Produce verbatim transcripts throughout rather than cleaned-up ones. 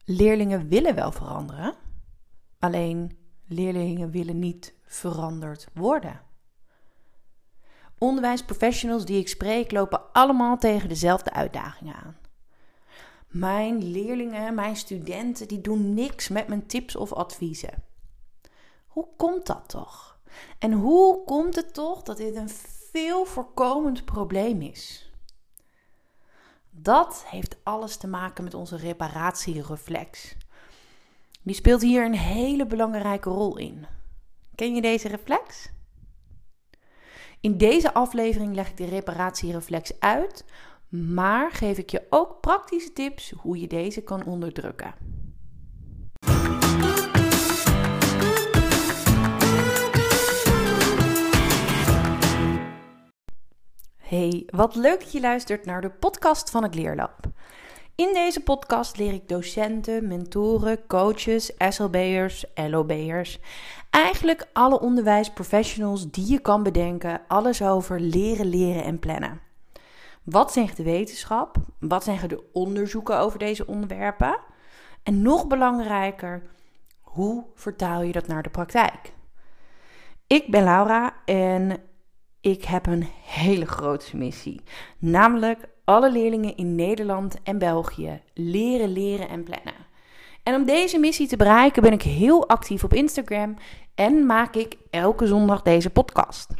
Leerlingen willen wel veranderen, alleen leerlingen willen niet veranderd worden. Onderwijsprofessionals die ik spreek lopen allemaal tegen dezelfde uitdagingen aan. Mijn leerlingen, mijn studenten, die doen niks met mijn tips of adviezen. Hoe komt dat toch? En hoe komt het toch dat dit een veel voorkomend probleem is? Dat heeft alles te maken met onze reparatiereflex. Die speelt hier een hele belangrijke rol in. Ken je deze reflex? In deze aflevering leg ik de reparatiereflex uit, maar geef ik je ook praktische tips hoe je deze kan onderdrukken. Hey, wat leuk dat je luistert naar de podcast van het Leerlab. In deze podcast leer ik docenten, mentoren, coaches, S L B'ers, L O B'ers, eigenlijk alle onderwijsprofessionals die je kan bedenken, alles over leren, leren en plannen. Wat zegt de wetenschap? Wat zeggen de onderzoeken over deze onderwerpen? En nog belangrijker, hoe vertaal je dat naar de praktijk? Ik ben Laura en ik heb een hele grote missie. Namelijk alle leerlingen in Nederland en België leren, leren en plannen. En om deze missie te bereiken ben ik heel actief op Instagram en maak ik elke zondag deze podcast.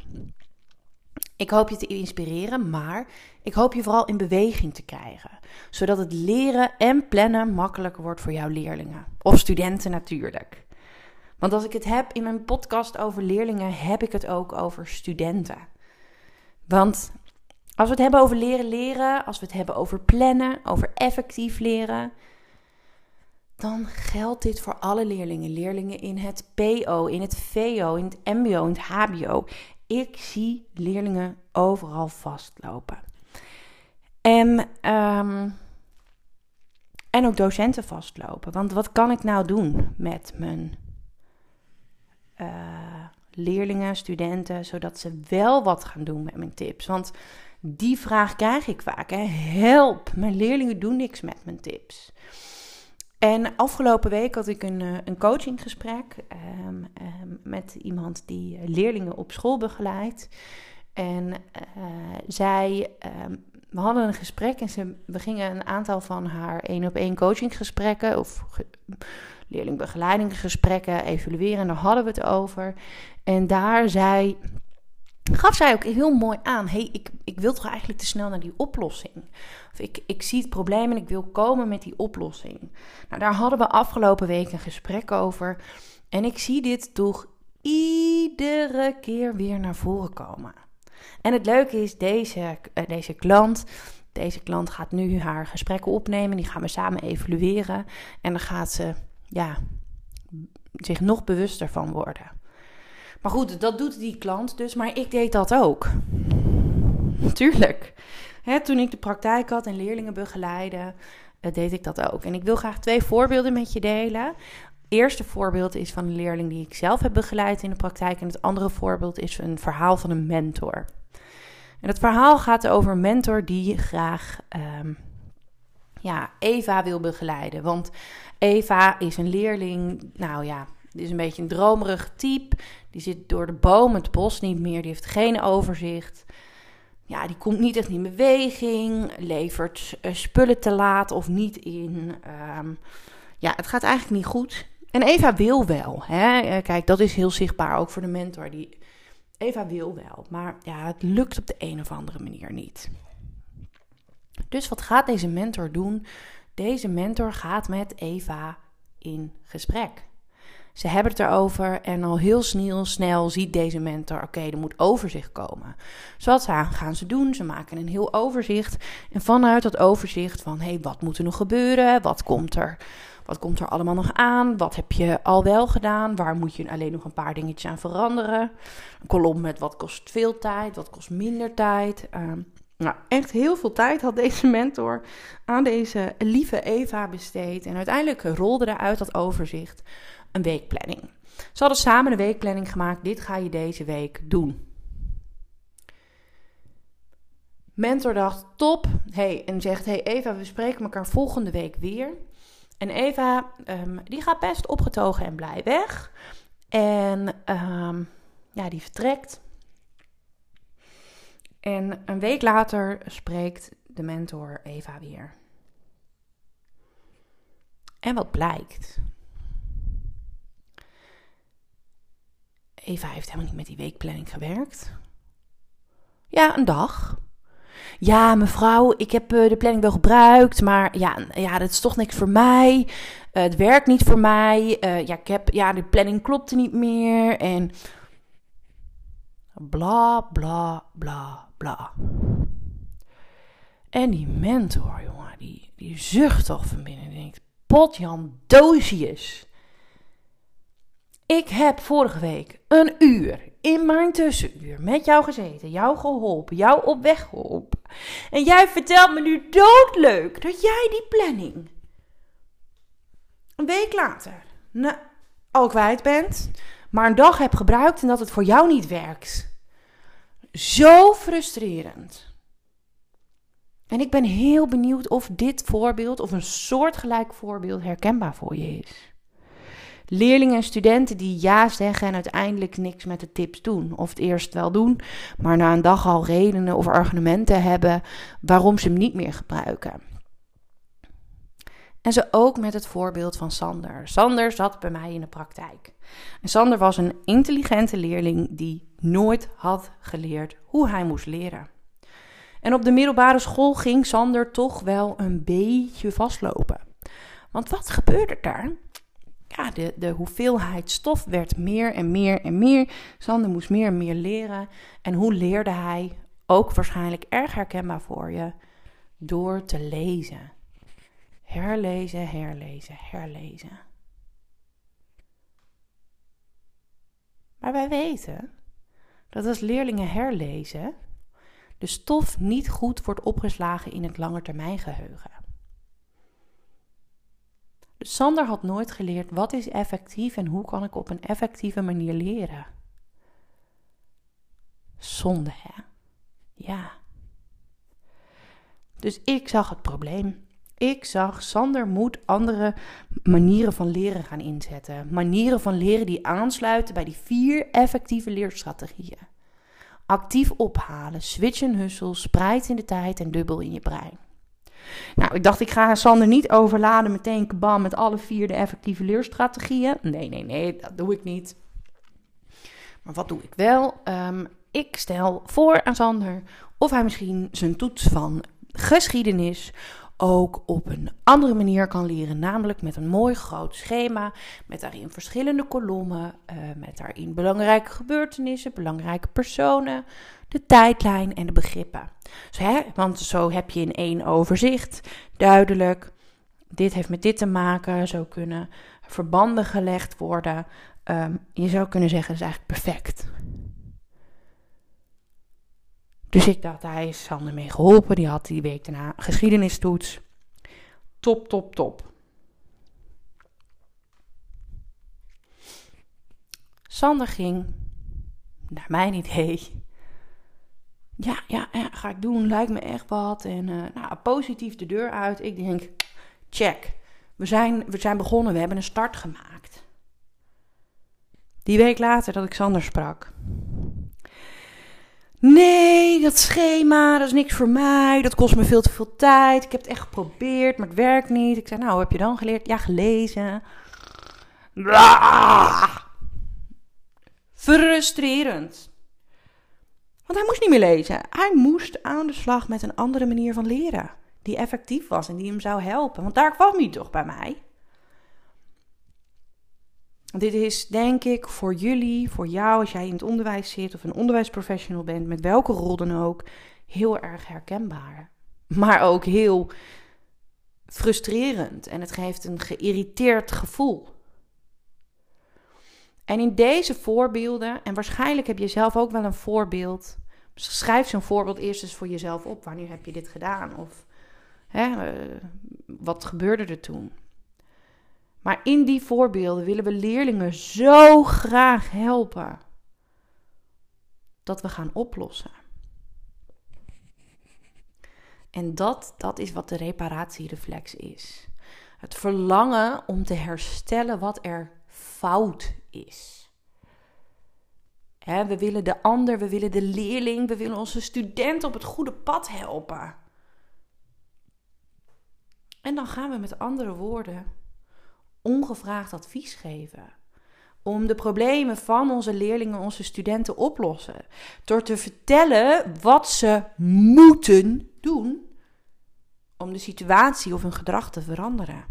Ik hoop je te inspireren, maar ik hoop je vooral in beweging te krijgen. Zodat het leren en plannen makkelijker wordt voor jouw leerlingen. Of studenten natuurlijk. Want als ik het heb in mijn podcast over leerlingen, heb ik het ook over studenten. Want als we het hebben over leren leren, als we het hebben over plannen, over effectief leren, dan geldt dit voor alle leerlingen. Leerlingen in het P O, in het V O, in het M B O, in het H B O. Ik zie leerlingen overal vastlopen. En, um, en ook docenten vastlopen. Want wat kan ik nou doen met mijn uh, leerlingen, studenten, zodat ze wel wat gaan doen met mijn tips? Want die vraag krijg ik vaak. Hè? Help, mijn leerlingen doen niks met mijn tips. En afgelopen week had ik een, een coachinggesprek um, um, met iemand die leerlingen op school begeleidt. En uh, zij, um, we hadden een gesprek en ze, we gingen een aantal van haar één-op-één coachinggesprekken of ge, leerlingbegeleidingsgesprekken evalueren. En daar hadden we het over. En daar zei... gaf zij ook heel mooi aan, hey, ik, ik wil toch eigenlijk te snel naar die oplossing. Of ik, ik zie het probleem en ik wil komen met die oplossing. Nou, daar hadden we afgelopen week een gesprek over. En ik zie dit toch iedere keer weer naar voren komen. En het leuke is, deze, deze klant, deze klant gaat nu haar gesprekken opnemen. Die gaan we samen evalueren. En dan gaat ze ja, zich nog bewuster van worden. Maar goed, dat doet die klant dus, maar ik deed dat ook. Tuurlijk. Hè, toen ik de praktijk had en leerlingen begeleidde, deed ik dat ook. En ik wil graag twee voorbeelden met je delen. Het eerste voorbeeld is van een leerling die ik zelf heb begeleid in de praktijk. En het andere voorbeeld is een verhaal van een mentor. En het verhaal gaat over een mentor die graag um, ja, Eva wil begeleiden. Want Eva is een leerling, nou ja... die is een beetje een dromerig type. Die zit door de boom, het bos niet meer. Die heeft geen overzicht. Ja, die komt niet echt in beweging. Levert uh, spullen te laat of niet in. Um, ja, het gaat eigenlijk niet goed. En Eva wil wel. Hè? Kijk, dat is heel zichtbaar ook voor de mentor. Die... Eva wil wel. Maar ja, het lukt op de een of andere manier niet. Dus wat gaat deze mentor doen? Deze mentor gaat met Eva in gesprek. Ze hebben het erover en al heel snel, snel ziet deze mentor, oké, okay, er moet overzicht komen. Dus wat gaan ze doen? Ze maken een heel overzicht. En vanuit dat overzicht van, hé, hey, wat moet er nog gebeuren? Wat komt er? Wat komt er allemaal nog aan? Wat heb je al wel gedaan? Waar moet je alleen nog een paar dingetjes aan veranderen? Een kolom met wat kost veel tijd, wat kost minder tijd. Uh, nou, echt heel veel tijd had deze mentor aan deze lieve Eva besteed. En uiteindelijk rolde er uit dat overzicht een weekplanning. Ze hadden samen een weekplanning gemaakt. Dit ga je deze week doen. Mentor dacht, top. Hey, en zegt, hey Eva, we spreken elkaar volgende week weer. En Eva, um, die gaat best opgetogen en blij weg. En um, ja, die vertrekt. En een week later spreekt de mentor Eva weer. En wat blijkt? Eva heeft helemaal niet met die weekplanning gewerkt. Ja, een dag. Ja, mevrouw, ik heb uh, de planning wel gebruikt, maar ja, ja, dat is toch niks voor mij. Uh, het werkt niet voor mij. Uh, ja, ik heb, ja, de planning klopte niet meer. En bla, bla, bla, bla. En die mentor, jongen, die, die zucht toch van binnen en denkt, potjan doosjes. Ik heb vorige week een uur in mijn tussenuur met jou gezeten, jou geholpen, jou op weg geholpen. En jij vertelt me nu doodleuk dat jij die planning een week later nou, al kwijt bent, maar een dag hebt gebruikt en dat het voor jou niet werkt. Zo frustrerend. En ik ben heel benieuwd of dit voorbeeld of een soortgelijk voorbeeld herkenbaar voor je is. Leerlingen en studenten die ja zeggen en uiteindelijk niks met de tips doen. Of het eerst wel doen, maar na een dag al redenen of argumenten hebben waarom ze hem niet meer gebruiken. En zo ook met het voorbeeld van Sander. Sander zat bij mij in de praktijk. En Sander was een intelligente leerling die nooit had geleerd hoe hij moest leren. En op de middelbare school ging Sander toch wel een beetje vastlopen. Want wat gebeurde daar? Ja, de, de hoeveelheid stof werd meer en meer en meer. Sander moest meer en meer leren. En hoe leerde hij? Ook waarschijnlijk erg herkenbaar voor je. Door te lezen. Herlezen, herlezen, herlezen. Maar wij weten dat als leerlingen herlezen, de stof niet goed wordt opgeslagen in het langetermijngeheugen. Dus Sander had nooit geleerd wat is effectief en hoe kan ik op een effectieve manier leren. Zonde, hè? Ja. Dus ik zag het probleem. Ik zag, Sander moet andere manieren van leren gaan inzetten. Manieren van leren die aansluiten bij die vier effectieve leerstrategieën. Actief ophalen, switch en hustle, spreid in de tijd en dubbel in je brein. Nou, ik dacht, ik ga Sander niet overladen meteen kabam met alle vier de effectieve leerstrategieën. Nee, nee, nee, dat doe ik niet. Maar wat doe ik wel? Um, ik stel voor aan Sander of hij misschien zijn toets van geschiedenis ook op een andere manier kan leren. Namelijk met een mooi groot schema, met daarin verschillende kolommen, uh, met daarin belangrijke gebeurtenissen, belangrijke personen, de tijdlijn en de begrippen. Dus, hè, want zo heb je in één overzicht duidelijk, dit heeft met dit te maken, zo kunnen verbanden gelegd worden. Um, je zou kunnen zeggen, dat is eigenlijk perfect. Dus ik dacht, hij is Sander mee geholpen. Die had die week daarna geschiedenistoets. Top, top, top. Sander ging, naar mijn idee, ja, ja, ja, ga ik doen, lijkt me echt wat. En uh, nou, positief de deur uit. Ik denk, check. We zijn, we zijn begonnen, we hebben een start gemaakt. Die week later dat ik Sander sprak. Nee, dat schema, dat is niks voor mij. Dat kost me veel te veel tijd. Ik heb het echt geprobeerd, maar het werkt niet. Ik zei, nou, wat heb je dan geleerd? Ja, gelezen. Blah! Frustrerend. Want hij moest niet meer lezen. Hij moest aan de slag met een andere manier van leren. Die effectief was en die hem zou helpen. Want daar kwam hij toch bij mij. Dit is, denk ik, voor jullie, voor jou, als jij in het onderwijs zit of een onderwijsprofessional bent, met welke rol dan ook, heel erg herkenbaar. Maar ook heel frustrerend en het geeft een geïrriteerd gevoel. En in deze voorbeelden, en waarschijnlijk heb je zelf ook wel een voorbeeld, schrijf zo'n voorbeeld eerst eens voor jezelf op. Wanneer heb je dit gedaan? Of hè, uh, wat gebeurde er toen? Maar in die voorbeelden willen we leerlingen zo graag helpen dat we gaan oplossen. En dat, dat is wat de reparatiereflex is. Het verlangen om te herstellen wat er fout is. He, we willen de ander, we willen de leerling, we willen onze student op het goede pad helpen. En dan gaan we met andere woorden ongevraagd advies geven. Om de problemen van onze leerlingen, onze studenten oplossen. Door te vertellen wat ze moeten doen om de situatie of hun gedrag te veranderen.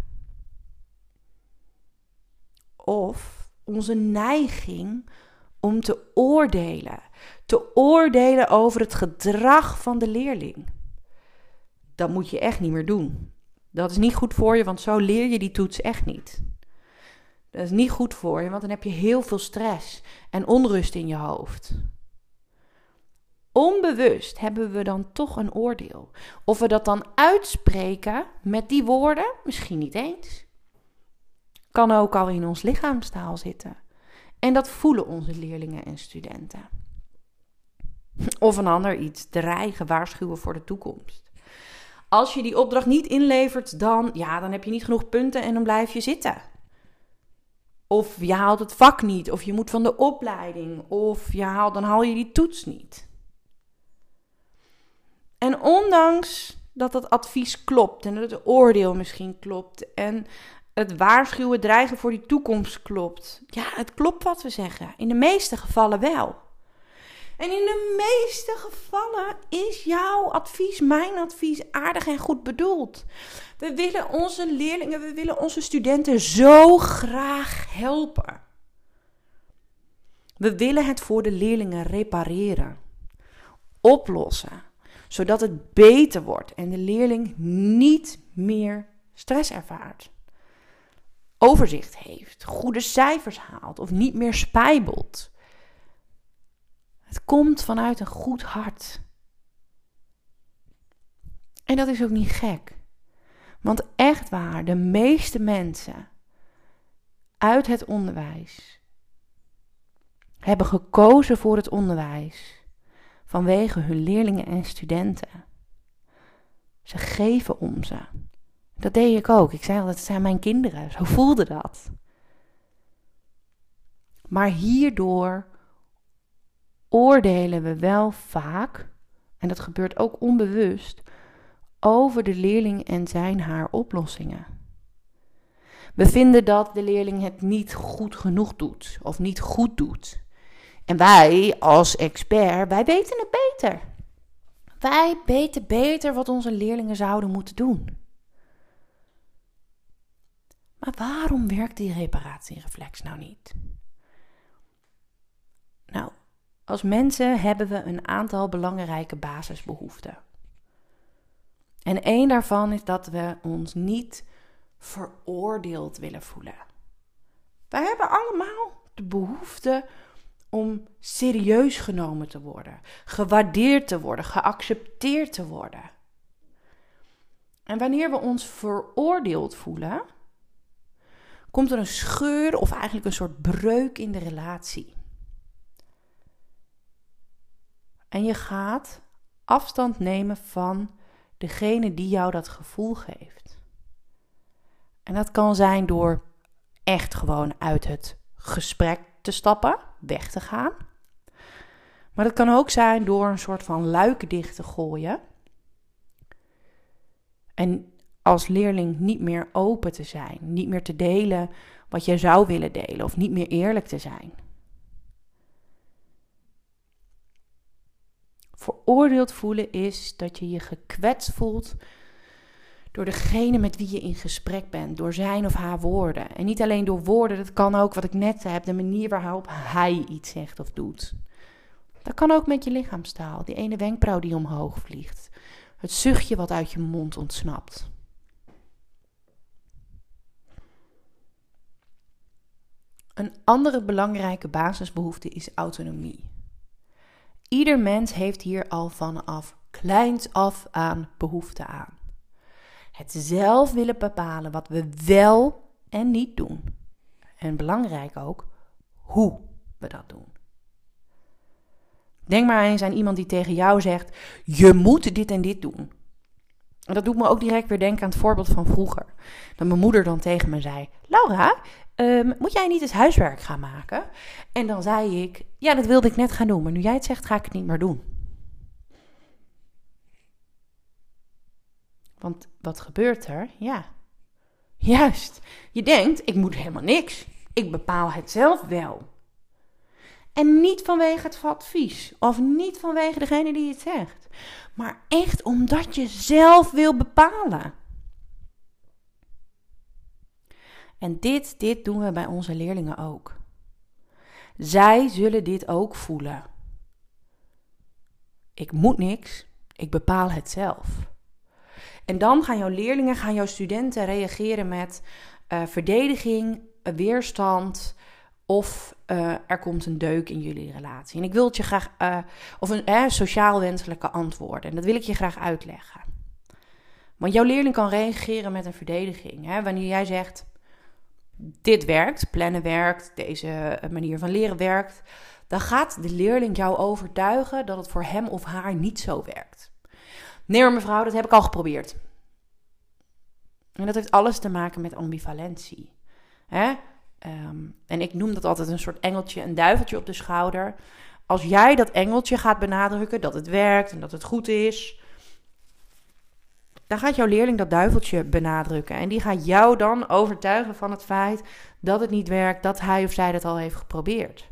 Of onze neiging om te oordelen. Te oordelen over het gedrag van de leerling. Dat moet je echt niet meer doen. Dat is niet goed voor je, want zo leer je die toets echt niet. Dat is niet goed voor je, want dan heb je heel veel stress en onrust in je hoofd. Onbewust hebben we dan toch een oordeel. Of we dat dan uitspreken met die woorden, misschien niet eens. Kan ook al in ons lichaamstaal zitten. En dat voelen onze leerlingen en studenten. Of een ander iets, dreigen, waarschuwen voor de toekomst. Als je die opdracht niet inlevert, dan, ja, dan heb je niet genoeg punten en dan blijf je zitten. Of je haalt het vak niet, of je moet van de opleiding, of je haalt, dan haal je die toets niet. En ondanks dat dat advies klopt en dat het oordeel misschien klopt en het waarschuwen, dreigen voor die toekomst klopt. Ja, het klopt wat we zeggen. In de meeste gevallen wel. En in de meeste gevallen is jouw advies, mijn advies, aardig en goed bedoeld. We willen onze leerlingen, we willen onze studenten zo graag helpen. We willen het voor de leerlingen repareren, oplossen, zodat het beter wordt en de leerling niet meer stress ervaart. Overzicht heeft, goede cijfers haalt of niet meer spijbelt. Het komt vanuit een goed hart. En dat is ook niet gek. Want echt waar, de meeste mensen uit het onderwijs hebben gekozen voor het onderwijs vanwege hun leerlingen en studenten. Ze geven om ze. Dat deed ik ook. Ik zei altijd, het zijn mijn kinderen. Zo voelde dat. Maar hierdoor oordelen we wel vaak, en dat gebeurt ook onbewust, over de leerling en zijn haar oplossingen. We vinden dat de leerling het niet goed genoeg doet of niet goed doet. En wij als expert, wij weten het beter. Wij weten beter wat onze leerlingen zouden moeten doen. Maar waarom werkt die reparatiereflex nou niet? Nou, als mensen hebben we een aantal belangrijke basisbehoeften. En één daarvan is dat we ons niet veroordeeld willen voelen. Wij hebben allemaal de behoefte om serieus genomen te worden, gewaardeerd te worden, geaccepteerd te worden. En wanneer we ons veroordeeld voelen, komt er een scheur of eigenlijk een soort breuk in de relatie. En je gaat afstand nemen van degene die jou dat gevoel geeft. En dat kan zijn door echt gewoon uit het gesprek te stappen, weg te gaan. Maar dat kan ook zijn door een soort van luiken dicht te gooien. En als leerling niet meer open te zijn, niet meer te delen wat je zou willen delen of niet meer eerlijk te zijn. Veroordeeld voelen is dat je je gekwetst voelt door degene met wie je in gesprek bent, door zijn of haar woorden. En niet alleen door woorden, dat kan ook, wat ik net zei, de manier waarop hij iets zegt of doet. Dat kan ook met je lichaamstaal, die ene wenkbrauw die omhoog vliegt. Het zuchtje wat uit je mond ontsnapt. Een andere belangrijke basisbehoefte is autonomie. Ieder mens heeft hier al vanaf kleins af aan behoefte aan. Het zelf willen bepalen wat we wel en niet doen. En belangrijk ook, hoe we dat doen. Denk maar eens aan iemand die tegen jou zegt, je moet dit en dit doen. En dat doet me ook direct weer denken aan het voorbeeld van vroeger. Dat mijn moeder dan tegen me zei: Laura, um, moet jij niet eens huiswerk gaan maken? En dan zei ik: ja, dat wilde ik net gaan doen. Maar nu jij het zegt, ga ik het niet meer doen. Want wat gebeurt er? Ja, juist. Je denkt, ik moet helemaal niks. Ik bepaal het zelf wel. En niet vanwege het advies. Of niet vanwege degene die het zegt. Maar echt omdat je zelf wil bepalen. En dit, dit doen we bij onze leerlingen ook. Zij zullen dit ook voelen. Ik moet niks. Ik bepaal het zelf. En dan gaan jouw leerlingen, gaan jouw studenten reageren met uh, verdediging, weerstand of uh, er komt een deuk in jullie relatie. En ik wil het je graag, uh, of een eh, sociaal wenselijke antwoorden. En dat wil ik je graag uitleggen. Want jouw leerling kan reageren met een verdediging. Hè? Wanneer jij zegt, dit werkt, plannen werkt, deze manier van leren werkt, dan gaat de leerling jou overtuigen dat het voor hem of haar niet zo werkt. Nee hoor mevrouw, dat heb ik al geprobeerd. En dat heeft alles te maken met ambivalentie. Hè? Um, en ik noem dat altijd een soort engeltje, een duiveltje op de schouder. Als jij dat engeltje gaat benadrukken, dat het werkt en dat het goed is, dan gaat jouw leerling dat duiveltje benadrukken. En die gaat jou dan overtuigen van het feit dat het niet werkt, dat hij of zij dat al heeft geprobeerd.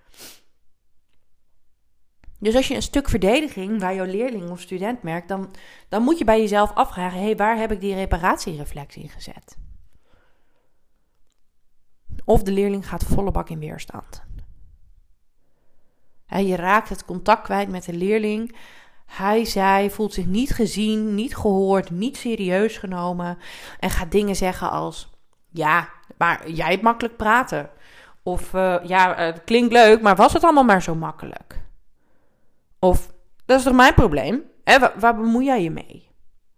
Dus als je een stuk verdediging waar jouw leerling of student merkt, dan, dan moet je bij jezelf afvragen, hé, hey, waar heb ik die reparatiereflex in gezet? Of de leerling gaat volle bak in weerstand. He, je raakt het contact kwijt met de leerling. Hij, zij voelt zich niet gezien, niet gehoord, niet serieus genomen. En gaat dingen zeggen als, ja, maar jij hebt makkelijk praten. Of, uh, ja, het klinkt leuk, maar was het allemaal maar zo makkelijk? Of, dat is toch mijn probleem? Hè, waar, waar bemoei jij je mee?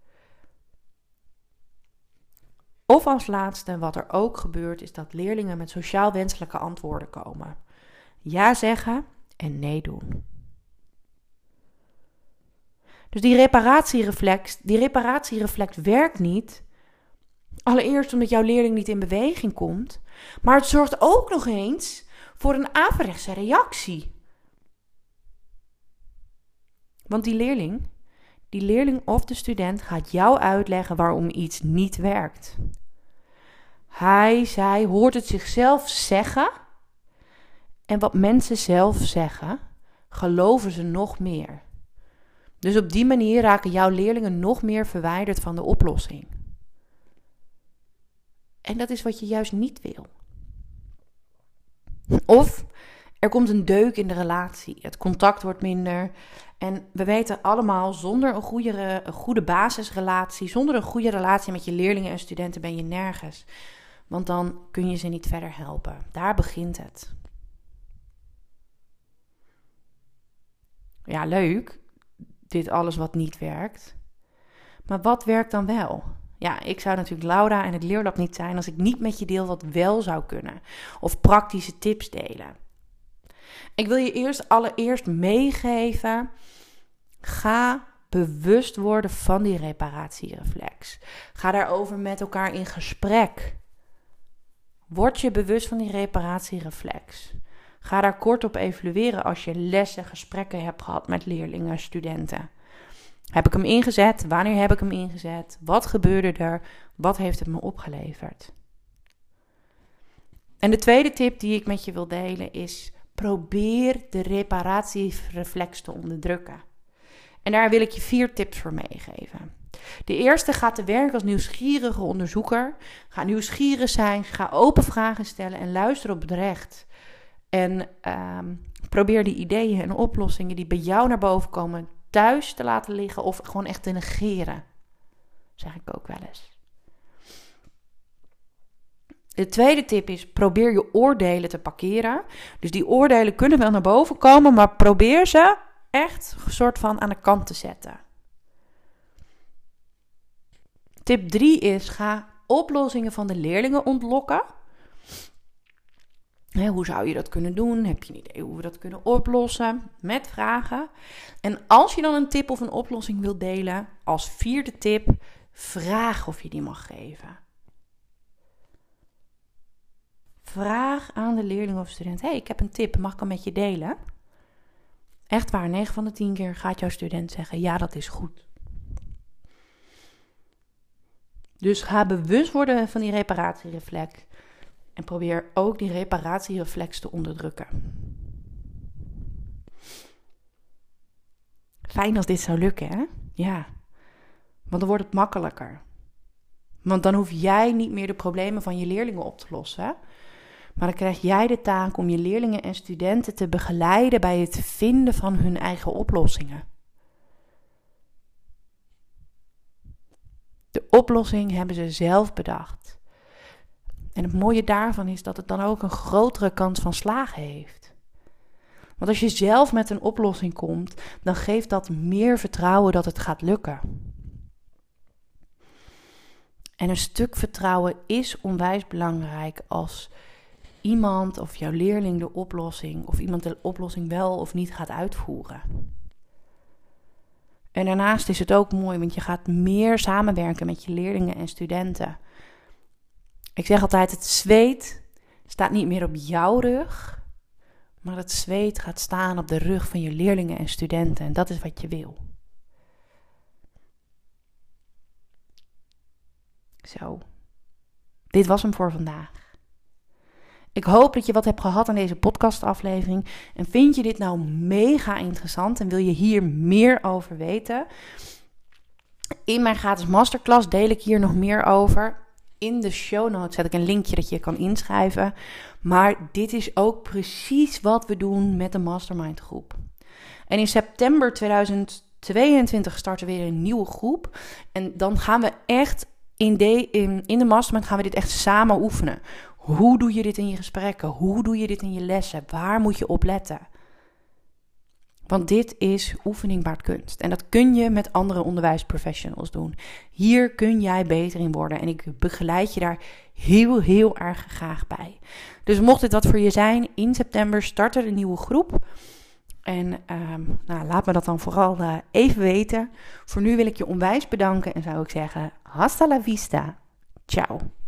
Of als laatste, wat er ook gebeurt, is dat leerlingen met sociaal wenselijke antwoorden komen. Ja zeggen en nee doen. Dus die reparatiereflex, die reparatiereflex werkt niet. Allereerst omdat jouw leerling niet in beweging komt. Maar het zorgt ook nog eens voor een averechtse reactie. Want die leerling, die leerling of de student gaat jou uitleggen waarom iets niet werkt. Hij, zij hoort het zichzelf zeggen. En wat mensen zelf zeggen, geloven ze nog meer. Dus op die manier raken jouw leerlingen nog meer verwijderd van de oplossing. En dat is wat je juist niet wil. Of er komt een deuk in de relatie. Het contact wordt minder. En we weten allemaal, zonder een goede, een goede basisrelatie, zonder een goede relatie met je leerlingen en studenten ben je nergens. Want dan kun je ze niet verder helpen. Daar begint het. Ja, leuk. Dit alles wat niet werkt. Maar wat werkt dan wel? Ja, ik zou natuurlijk Laura en het Leerlab niet zijn als ik niet met je deel wat wel zou kunnen. Of praktische tips delen. Ik wil je eerst allereerst meegeven. Ga bewust worden van die reparatiereflex. Ga daarover met elkaar in gesprek. Word je bewust van die reparatiereflex. Ga daar kort op evalueren als je lessen, gesprekken hebt gehad met leerlingen en studenten. Heb ik hem ingezet? Wanneer heb ik hem ingezet? Wat gebeurde er? Wat heeft het me opgeleverd? En de tweede tip die ik met je wil delen is: probeer de reparatiereflex te onderdrukken. En daar wil ik je vier tips voor meegeven. De eerste gaat te werk als nieuwsgierige onderzoeker. Ga nieuwsgierig zijn, ga open vragen stellen en luister oprecht. En um, probeer die ideeën en oplossingen die bij jou naar boven komen thuis te laten liggen of gewoon echt te negeren. Zeg ik ook wel eens. De tweede tip is: probeer je oordelen te parkeren. Dus die oordelen kunnen wel naar boven komen, maar probeer ze echt een soort van aan de kant te zetten. Tip drie is: ga oplossingen van de leerlingen ontlokken. Hè, hoe zou je dat kunnen doen? Heb je een idee hoe we dat kunnen oplossen? Met vragen. En als je dan een tip of een oplossing wilt delen, als vierde tip, vraag of je die mag geven. Vraag aan de leerling of student: hey, ik heb een tip, mag ik hem met je delen? Echt waar, negen van de tien keer gaat jouw student zeggen: ja, dat is goed. Dus ga bewust worden van die reparatiereflex. En probeer ook die reparatiereflex te onderdrukken. Fijn als dit zou lukken, hè? Ja. Want dan wordt het makkelijker. Want dan hoef jij niet meer de problemen van je leerlingen op te lossen. Maar dan krijg jij de taak om je leerlingen en studenten te begeleiden bij het vinden van hun eigen oplossingen. De oplossing hebben ze zelf bedacht. En het mooie daarvan is dat het dan ook een grotere kans van slagen heeft. Want als je zelf met een oplossing komt, dan geeft dat meer vertrouwen dat het gaat lukken. En een stuk vertrouwen is onwijs belangrijk als iemand of jouw leerling de oplossing, of iemand de oplossing wel of niet gaat uitvoeren. En daarnaast is het ook mooi, want je gaat meer samenwerken met je leerlingen en studenten. Ik zeg altijd, het zweet staat niet meer op jouw rug, maar het zweet gaat staan op de rug van je leerlingen en studenten. En dat is wat je wil. Zo, dit was hem voor vandaag. Ik hoop dat je wat hebt gehad aan deze podcastaflevering. En vind je dit nou mega interessant en wil je hier meer over weten? In mijn gratis masterclass deel ik hier nog meer over. In de show notes zet ik een linkje dat je kan inschrijven. Maar dit is ook precies wat we doen met de mastermind groep. En in september tweeduizend tweeëntwintig starten we weer een nieuwe groep. En dan gaan we echt in de, in, in de mastermind gaan we dit echt samen oefenen. Hoe doe je dit in je gesprekken? Hoe doe je dit in je lessen? Waar moet je op letten? Want dit is oefening baart kunst. En dat kun je met andere onderwijsprofessionals doen. Hier kun jij beter in worden. En ik begeleid je daar heel, heel erg graag bij. Dus mocht dit wat voor je zijn, in september start er een nieuwe groep. En um, nou, laat me dat dan vooral uh, even weten. Voor nu wil ik je onwijs bedanken en zou ik zeggen, hasta la vista. Ciao.